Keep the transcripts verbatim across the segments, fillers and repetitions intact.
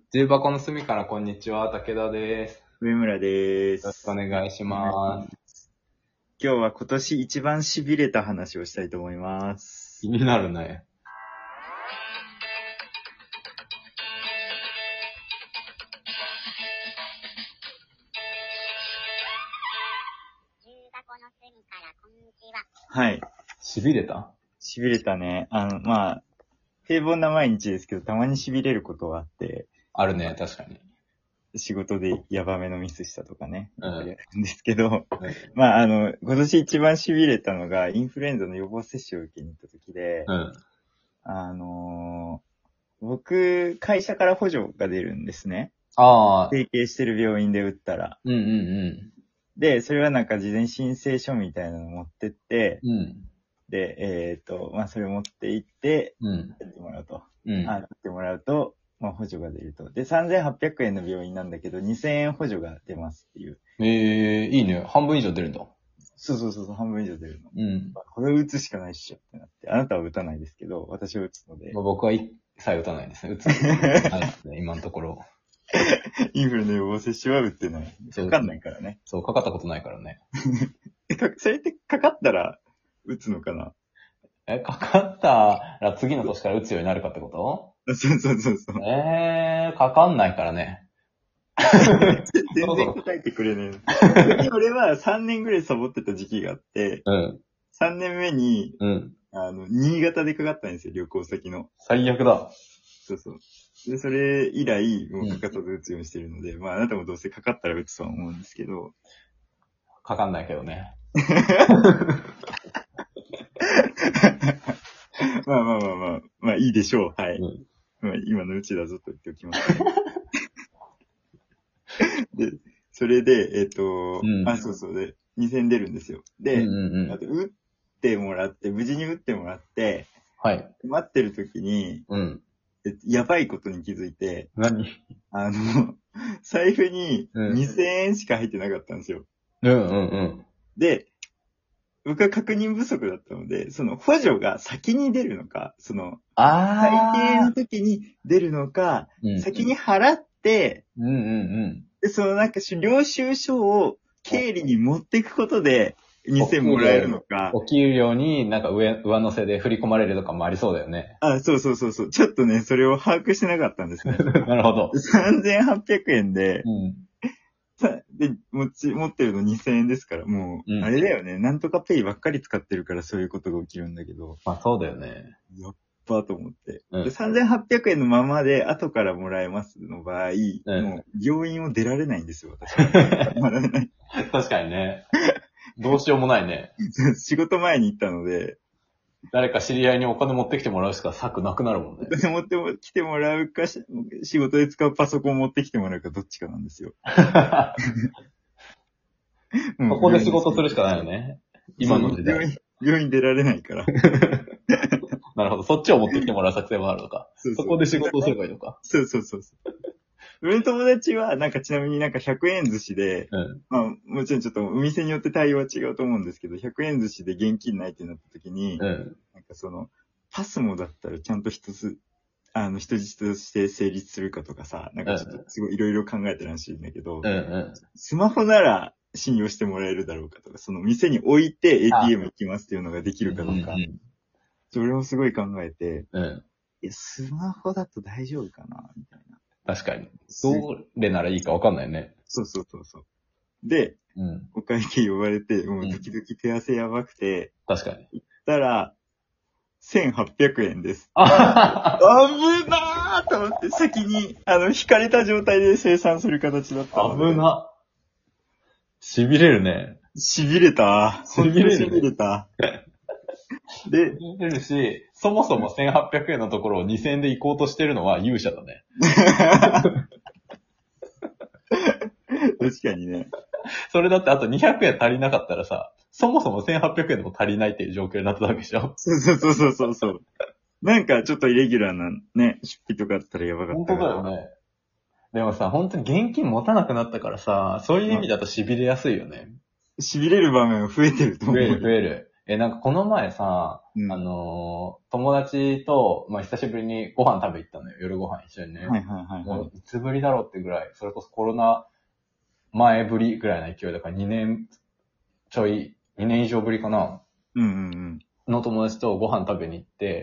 重箱の隅からこんにちは、武田です。 上村でーす。 よろしくお願いします。 今日は今年一番痺れた話をしたいと思います。 気になるね。 重箱の隅からこんにちは。はい。 痺れた痺れたね。あの、まあ、平凡な毎日ですけど、たまに痺れることがあって。 あるね、確かに。 仕事でヤバめのミスしたとかね。 うん。 やるんですけど、うん、まあ、あの、今年一番痺れたのが、インフルエンザの予防接種を受けに行った時で、 うん。 あのー、僕、会社から補助が出るんですね。 ああ。 提携してる病院で打ったら。 うんうんうん。 で、それはなんか事前申請書みたいなの持ってって、 うん。 で、えっ、ー、と、まあ、それ持って行って、 うん。 やってもらうと。 うん。 あ、やってもらうと、まあ、補助が出ると。で、さんぜんはっぴゃくえんの病院なんだけど、にせんえん補助が出ますっていう。 ええー、いいね。半分以上出るんだ。 そうそうそう、半分以上出るの。 うん。 これを打つしかないっしょってなって。あなたは打たないですけど、私は打つので。 まあ、僕は一切打たないですね。打つ。ないですね、今のところ。 インフルの予防接種は打ってない。かかんないからね。 そう、かかったことないからね。 それってかかったら打つのかな？ え、かかったら次の年から打つようになるかってこと？ そうそうそうそう。 えー、かかんないからね。 全然答えてくれねえ。俺はさんねんぐらいサボってた時期があって、 うん。 さんねんめに、 うん。 あの、新潟でかかったんですよ、旅行先の。 最悪だ。 そうそう。で、それ以来、もうかかさず打つようにしてるので、うん、まあ、あなたもどうせかかったら打つとは思うんですけど。 かかんないけどね。 まあまあまあまあ、まあいいでしょう。はい。うん、まあ今のうちだぞと言っておきますね。で、それで、えっ、ー、と、うん、あ、そうそうで、にせん出るんですよ。で、うんうんうん、あと打ってもらって、無事に打ってもらって、 はい。 待ってる時に、うん、やばいことに気づいて、 何？ あの、財布ににせんえんしか入ってなかったんですよ。 うんうんうん。 で、僕は確認不足だったので、その補助が先に出るのか、その、 あ会計の時に出るのか、うん、先に払って、 うんうんうん、 で、そのなんか領収書を経理に持っていくことでにせんもらえるのか。 お給料になんか上、上乗せで振り込まれるとかもありそうだよね。 あ、そうそうそうそう。ちょっとね、それを把握してなかったんですね。 なるほど。 さんぜんはっぴゃくえんで、 うんで、持ち、持ってるのにせんえんですから、もう、うん、あれだよね。なんとかペイばっかり使ってるからそういうことが起きるんだけど。 まあそうだよね。 やっばと思って。うん、で、さんぜんはっぴゃくえんのままで後からもらえますの場合、うん、もう病院を出られないんですよ、私。 確かにね。どうしようもないね。 仕事前に行ったので。 誰か知り合いにお金持ってきてもらうしか策なくなるもんね。 お金持ってきてもらうか、仕事で使うパソコンを持ってきてもらうかどっちかなんですよ。 ここで仕事するしかないよね。今の時代。 病院、病院出られないから。 なるほど。そっちを持ってきてもらう作戦もあるのか。そうそう、そこで仕事をすればいいのか。 そうそうそうそう。俺の友達は、なんかちなみになんかひゃくえん寿司で、うん、まあもちろんちょっとお店によって対応は違うと思うんですけど、ひゃくえん寿司で現金ないってなった時に、うん、なんかその、パスモだったらちゃんと一つ、あの、人質として成立するかとかさ、なんかちょっとすごいいろいろ考えてるらしいんだけど、うんうん、スマホなら信用してもらえるだろうかとか、その店に置いて エーティーエム 行きますっていうのができるかどうか、うんうん、それをすごい考えて、うん、いや、スマホだと大丈夫かなみたいな。 確かに。どれならいいか分かんないね。 そうそうそうそう。で、うん、お会計呼ばれて、もう時々手汗やばくて、 うん、確かに。 行ったら、せんはっぴゃくえんです。あ危なーと思って、先に、あの、引かれた状態で生産する形だったので。 危な。痺れるね。 痺れた。 痺れる、ね。 痺れた。 で、痺れるし、そもそもせんはっぴゃくえんのところをにせんえんで行こうとしてるのは勇者だね。 確かにね。 それだってあとにひゃくえん足りなかったらさ、そもそもせんはっぴゃくえんでも足りないっていう状況になったわけでしょ。 そうそうそうそうそう。なんかちょっとイレギュラーなね、出費とかあったらやばかった。 本当だよね。でもさ、本当に現金持たなくなったからさ、そういう意味だと痺れやすいよね。 痺れる場面が増えてると思う。 増える増える。 え、なんかこの前さ、 うん、 あのー、友達と、まあ、久しぶりにご飯食べ行ったのよ。夜ご飯一緒にね。 はいはいはい、はい。 もういつぶりだろうってぐらい、それこそコロナ前ぶりぐらいの勢いだからにねんちょい、にねん以上ぶりかな。 うんうんうん。 の友達とご飯食べに行って、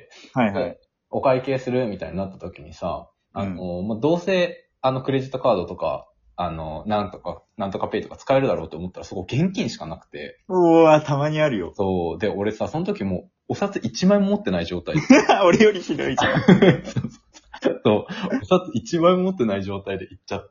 はいはい。 お会計するみたいになった時にさ、あの、 うん、 まあ、どうせ、あの、クレジットカードとか、あの、なんとか、なんとかペイとか使えるだろうと思ったら、そこ現金しかなくて。 おー、たまにあるよ。 そう。で、俺さ、その時もう、お札いちまいも持ってない状態で。 俺よりひどいじゃん。 そう。お札いちまいも持ってない状態で行っちゃって、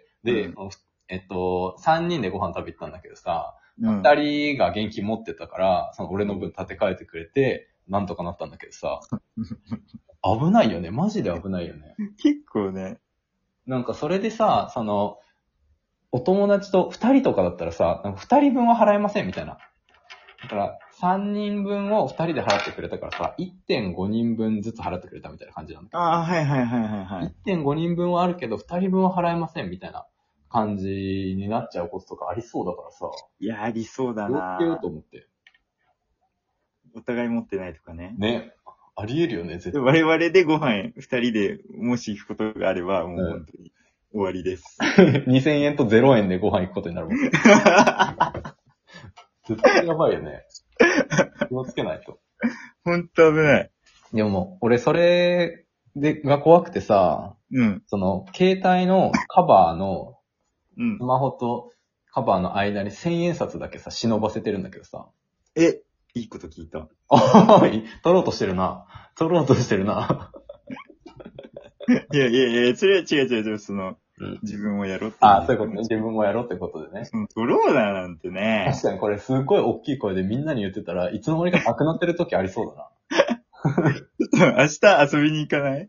で、うん、えっと、さんにんでご飯食べ行ったんだけどさ、二、うん、人が現金持ってたから、その俺の分立て替えてくれて、なんとかなったんだけどさ、危ないよね。マジで危ないよね。 結構ね。 なんかそれでさ、その、お友達と二人とかだったらさ、なんか二人分は払えませんみたいな。だから、三人分を二人で払ってくれたからさ、いってんごにんぶんずつ払ってくれたみたいな感じなんだけど。 ああ、はいはいはいはいはい。 いってんごにんぶんはあるけど、二人分は払えませんみたいな感じになっちゃうこととかありそうだからさ。 いや、ありそうだな。 どうってようと思って。 お互い持ってないとかね。 ね。ありえるよね、絶対。 我々でご飯二人でもし行くことがあれば、もう本当に終わりです。 にせんえんとゼロえんでご飯行くことになるもん。絶対やばいよね。気をつけないと。 ほんと危ない。 でも、俺それでが怖くてさ、 うん。 その、携帯のカバーの、 うん。 スマホとカバーの間に千円札だけさ、忍ばせてるんだけどさ。 え、いいこと聞いた。 おい、取ろうとしてるな。取ろうとしてるな。 いやいやいや、それは違う違う違う、その、うん、自分もやろうって。 ああ、そういうことね。自分もやろうってことでね。 その取ろうだなんてね。 確かにこれすっごい大きい声でみんなに言ってたらいつの間にかなくなってる時ありそうだな。 明日遊びに行かない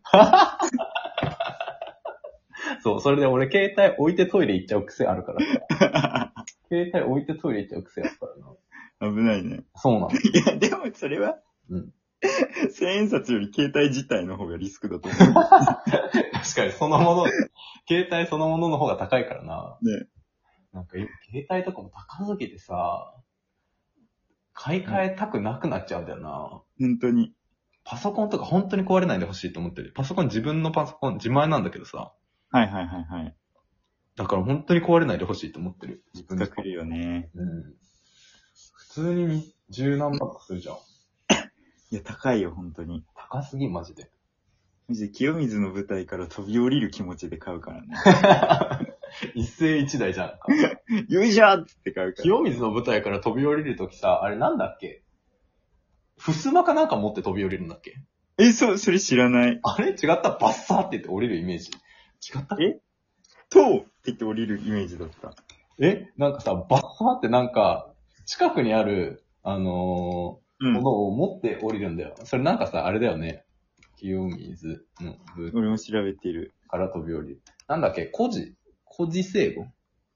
そう、それで俺携帯置いてトイレ行っちゃう癖あるからさ。携帯置いてトイレ行っちゃう癖あるからな。危ないね。 そうなの。いや、でもそれは、うん。千円札より携帯自体の方がリスクだと思う。確かにそのもの、携帯そのものの方が高いからな。 ね。 なんか、携帯とかも高すぎてさ、買い替えたくなくなっちゃうんだよな。 本当に。 パソコンとか本当に壊れないでほしいと思ってる。パソコン自分のパソコン自前なんだけどさ。 はいはいはいはい。 だから本当に壊れないでほしいと思ってる。 自分が来るよね。 うん。普通に十何万するじゃん。 いや、高いよ、本当に。 高すぎ、マジで。 マジで清水の舞台から飛び降りる気持ちで買うからね。 一世一代じゃんか。 よいしょって買うから。 清水の舞台から飛び降りるときさ、あれなんだっけ？ふすまかなんか持って飛び降りるんだっけ？ え、そう、それ知らない。 あれ違った？バッサーって言って降りるイメージ。違った？ えとうって言って降りるイメージだった。 えなんかさ、バッサーってなんか、近くにある、あのー、うん、ものを持って降りるんだよ。それなんかさ、あれだよね。清水の舞台。 俺も調べてる。 から飛び降りる。なんだっけ？孤児孤児生語？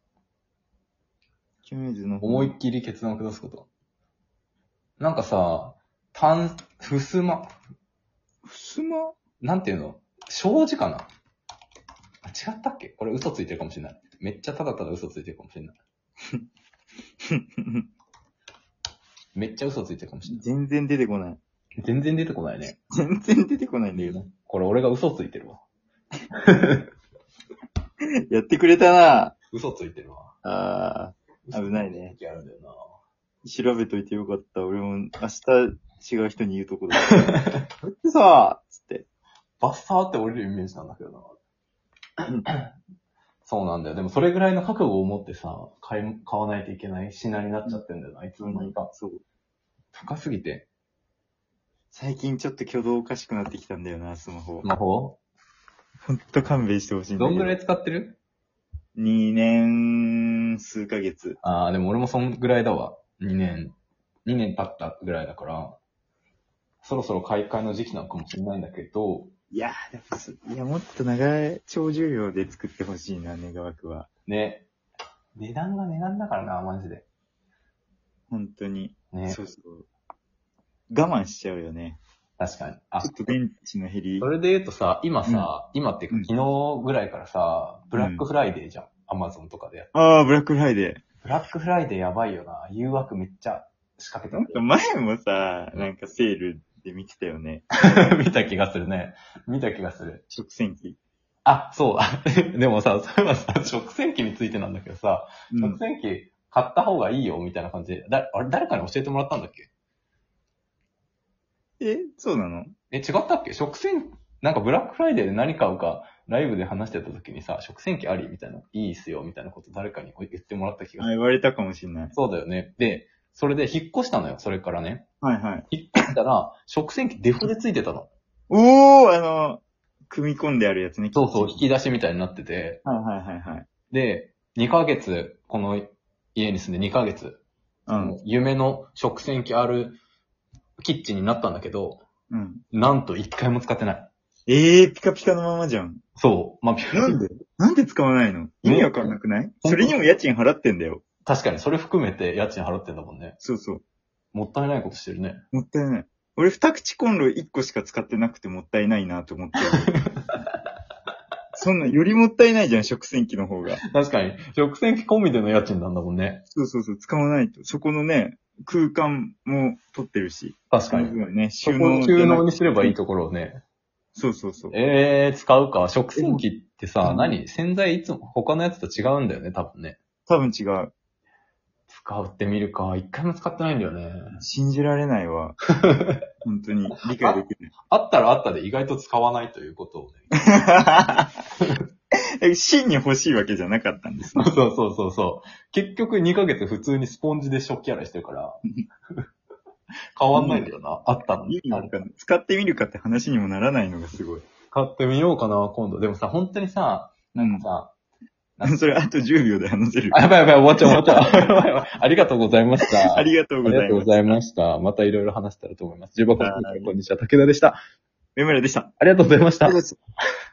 清水の思いっきり決断を下すこと。なんかさ、単、ふすま。 ふすまなんていうの？障子かな？違ったっけ？これ嘘ついてるかもしれない。めっちゃただただ嘘ついてるかもしれない。めっちゃ嘘ついてるかもしれない。 全然出てこない。 全然出てこないね。 全然出てこないんだけど。 これ俺が嘘ついてるわ。 やってくれたな。 嘘ついてるわ。 ああ、危ないね。 あるんだよな。 調べといてよかった。俺も明日違う人に言うとこだ。だってさ、つって。 バッサーって降りるイメージなんだけどな。そうなんだよ。でもそれぐらいの覚悟を持ってさ、買い、買わないといけない品になっちゃってんだよな、いつの間にか。そう。高すぎて。 最近ちょっと挙動おかしくなってきたんだよな、スマホ。 スマホ？ ほんと勘弁してほしいんだけど。 どんぐらい使ってる？ にねん数ヶ月。 ああ、でも俺もそんぐらいだわ。にねん。にねん経ったぐらいだから、そろそろ買い替えの時期なのかもしれないんだけど、 いやー、でもす、いや、もっと長い、超重量で作ってほしいな、願わくは。 ね。値段が値段だからな、マジで。 本当に。 ね。 そうそう。我慢しちゃうよね。 確かに。あ、 ちょっと電池の減り。 それで言うとさ、今さ、うん、今っていうか昨日ぐらいからさ、ブラックフライデーじゃん。アマゾンとかでやって。 ああ、ブラックフライデー。 ブラックフライデーやばいよな。誘惑めっちゃ仕掛けなんか前もさ、なんかセールで見てたよね。 た。見た気がするね。見た気がする。 食洗機。 あ、そうだ。でもさ、それはさ、食洗機についてなんだけどさ、 うん、 食洗機買った方がいいよ、みたいな感じで、だ、あれ、誰かに教えてもらったんだっけ？ え、そうなの？ え、違ったっけ？食洗、なんかブラックフライデーで何買うか、ライブで話してた時にさ、食洗機ありみたいな、いいっすよ、みたいなこと誰かに言ってもらった気がすあ、 る。 言われたかもしんない。 そうだよね。で、それで引っ越したのよ、それからね。 はいはい。 引っ越したら、食洗機デフでついてたの。 おー、あの、組み込んであるやつね。 そうそう、引き出しみたいになってて。 はいはいはいはい。 で、にかげつ、この家に住んでにかげつ、 うん。 夢の食洗機あるキッチンになったんだけど、 うん。 なんと一回も使ってない。 ええー、ピカピカのままじゃん。 そう。まあ、ピなんでなんで使わないの？意味わかんなくない？それにも家賃払ってんだよ。 確かに、それ含めて家賃払ってんだもんね。 そうそう。 もったいないことしてるね。 もったいない。俺二口コンロ一個しか使ってなくてもったいないなと思ってる。そんな、よりもったいないじゃん、食洗機の方が。 確かに、食洗機込みでの家賃なんだもんね。 そうそうそう、使わないと。そこのね、空間も取ってるし。 確かに。 ね、 収納。収納にすればいいところをね。 そうそうそう。 ええー、使うか。食洗機ってさ、何洗剤いつも、他のやつと違うんだよね、多分ね。 多分違う。 使ってみるか。一回も使ってないんだよね。 信じられないわ。本当に。理解できない。 あったらあったで意外と使わないということをね。 真に欲しいわけじゃなかったんですね。 そうそうそうそう。結局にかげつ普通にスポンジで食器洗いしてるから、変わんないんだよな。あったのに。 使ってみるかって話にもならないのがすごい。 使ってみようかな、今度。でもさ、本当にさ、なんかさ、 うん、それあとじゅうびょうで話せる。 あ、やばいやばい、終わっちゃう終わっちゃう。ありがとうございました。 ありがとうございました。 ありがとうございました。またいろいろ話したらと思います。重箱さん、こんにちは。武田でした。 上村でした。 ありがとうございました。